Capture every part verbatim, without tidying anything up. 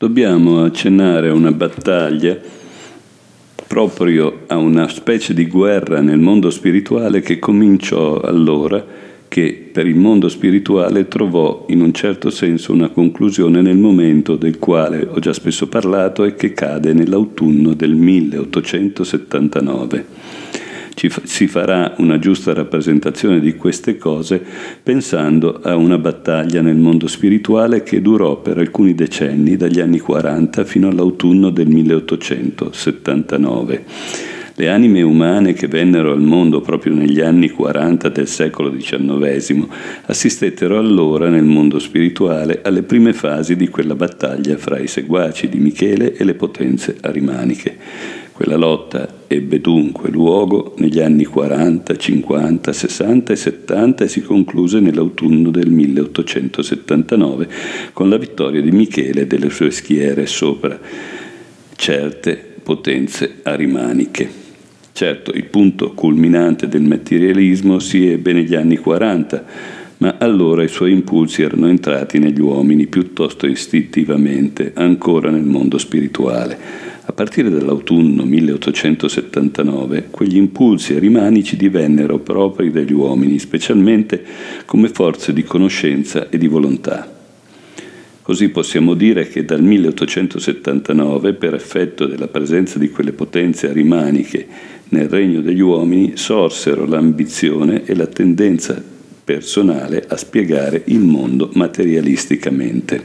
dobbiamo accennare a una battaglia, proprio a una specie di guerra nel mondo spirituale che cominciò allora, che per il mondo spirituale trovò in un certo senso una conclusione nel momento del quale ho già spesso parlato e che cade nell'autunno del milleottocentosettantanove. Ci f- si farà una giusta rappresentazione di queste cose pensando a una battaglia nel mondo spirituale che durò per alcuni decenni, dagli anni quaranta fino all'autunno del milleottocentosettantanove. Le anime umane che vennero al mondo proprio negli anni quaranta del secolo diciannovesimo assistettero allora nel mondo spirituale alle prime fasi di quella battaglia fra i seguaci di Michele e le potenze arimaniche. Quella lotta ebbe dunque luogo negli anni quaranta, cinquanta, sessanta e settanta e si concluse nell'autunno del milleottocentosettantanove con la vittoria di Michele e delle sue schiere sopra certe potenze arimaniche. Certo, il punto culminante del materialismo si ebbe negli anni quaranta, ma allora i suoi impulsi erano entrati negli uomini piuttosto istintivamente, ancora nel mondo spirituale. A partire dall'autunno milleottocentosettantanove, quegli impulsi arimanici divennero propri degli uomini, specialmente come forze di conoscenza e di volontà. Così possiamo dire che dal milleottocentosettantanove, per effetto della presenza di quelle potenze arimaniche nel regno degli uomini, sorsero l'ambizione e la tendenza personale a spiegare il mondo materialisticamente.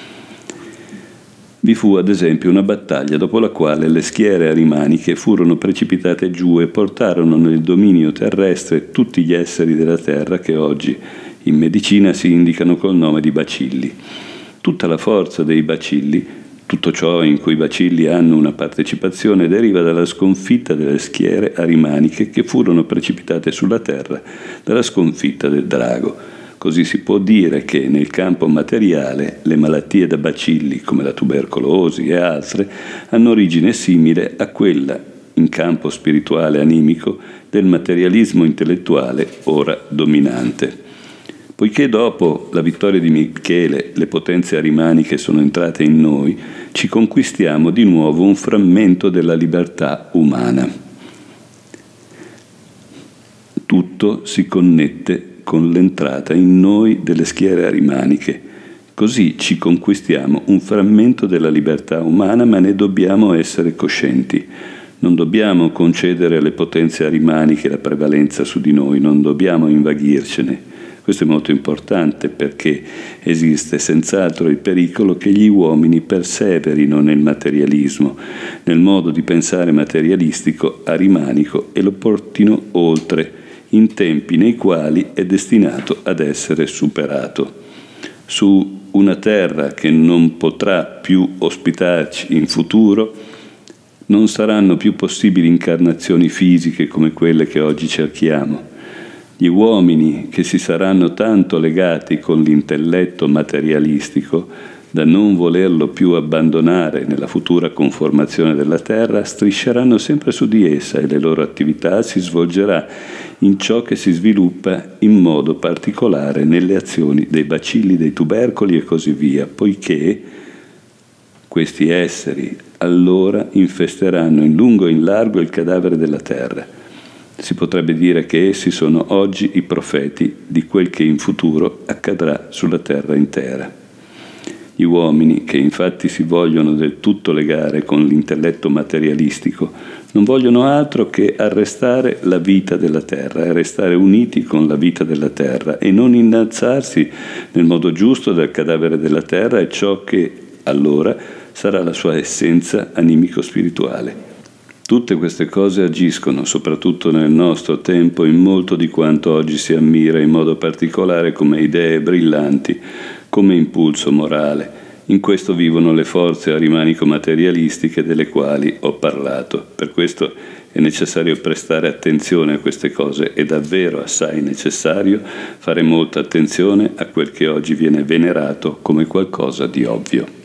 Vi fu ad esempio una battaglia dopo la quale le schiere arimaniche furono precipitate giù e portarono nel dominio terrestre tutti gli esseri della terra che oggi in medicina si indicano col nome di bacilli. Tutta la forza dei bacilli, tutto ciò in cui i bacilli hanno una partecipazione, deriva dalla sconfitta delle schiere arimaniche che furono precipitate sulla terra dalla sconfitta del drago. Così si può dire che nel campo materiale le malattie da bacilli, come la tubercolosi e altre, hanno origine simile a quella, in campo spirituale animico, del materialismo intellettuale ora dominante. Poiché dopo la vittoria di Michele le potenze arimaniche sono entrate in noi, ci conquistiamo di nuovo un frammento della libertà umana. Tutto si connette con l'entrata in noi delle schiere arimaniche. Così ci conquistiamo un frammento della libertà umana, ma ne dobbiamo essere coscienti. Non dobbiamo concedere alle potenze arimaniche la prevalenza su di noi, non dobbiamo invaghircene. Questo è molto importante perché esiste senz'altro il pericolo che gli uomini perseverino nel materialismo, nel modo di pensare materialistico arimanico e lo portino oltre, in tempi nei quali è destinato ad essere superato. Su una terra che non potrà più ospitarci in futuro, non saranno più possibili incarnazioni fisiche come quelle che oggi cerchiamo. Gli uomini che si saranno tanto legati con l'intelletto materialistico da non volerlo più abbandonare nella futura conformazione della terra, strisceranno sempre su di essa e le loro attività si svolgerà in ciò che si sviluppa in modo particolare nelle azioni dei bacilli, dei tubercoli e così via, poiché questi esseri allora infesteranno in lungo e in largo il cadavere della terra. Si potrebbe dire che essi sono oggi i profeti di quel che in futuro accadrà sulla terra intera. Gli uomini, che infatti si vogliono del tutto legare con l'intelletto materialistico, non vogliono altro che arrestare la vita della terra e restare uniti con la vita della terra e non innalzarsi nel modo giusto dal cadavere della terra e ciò che allora sarà la sua essenza animico-spirituale. Tutte queste cose agiscono, soprattutto nel nostro tempo, in molto di quanto oggi si ammira in modo particolare come idee brillanti, come impulso morale. In questo vivono le forze arimanico-materialistiche delle quali ho parlato. Per questo è necessario prestare attenzione a queste cose, è davvero assai necessario fare molta attenzione a quel che oggi viene venerato come qualcosa di ovvio.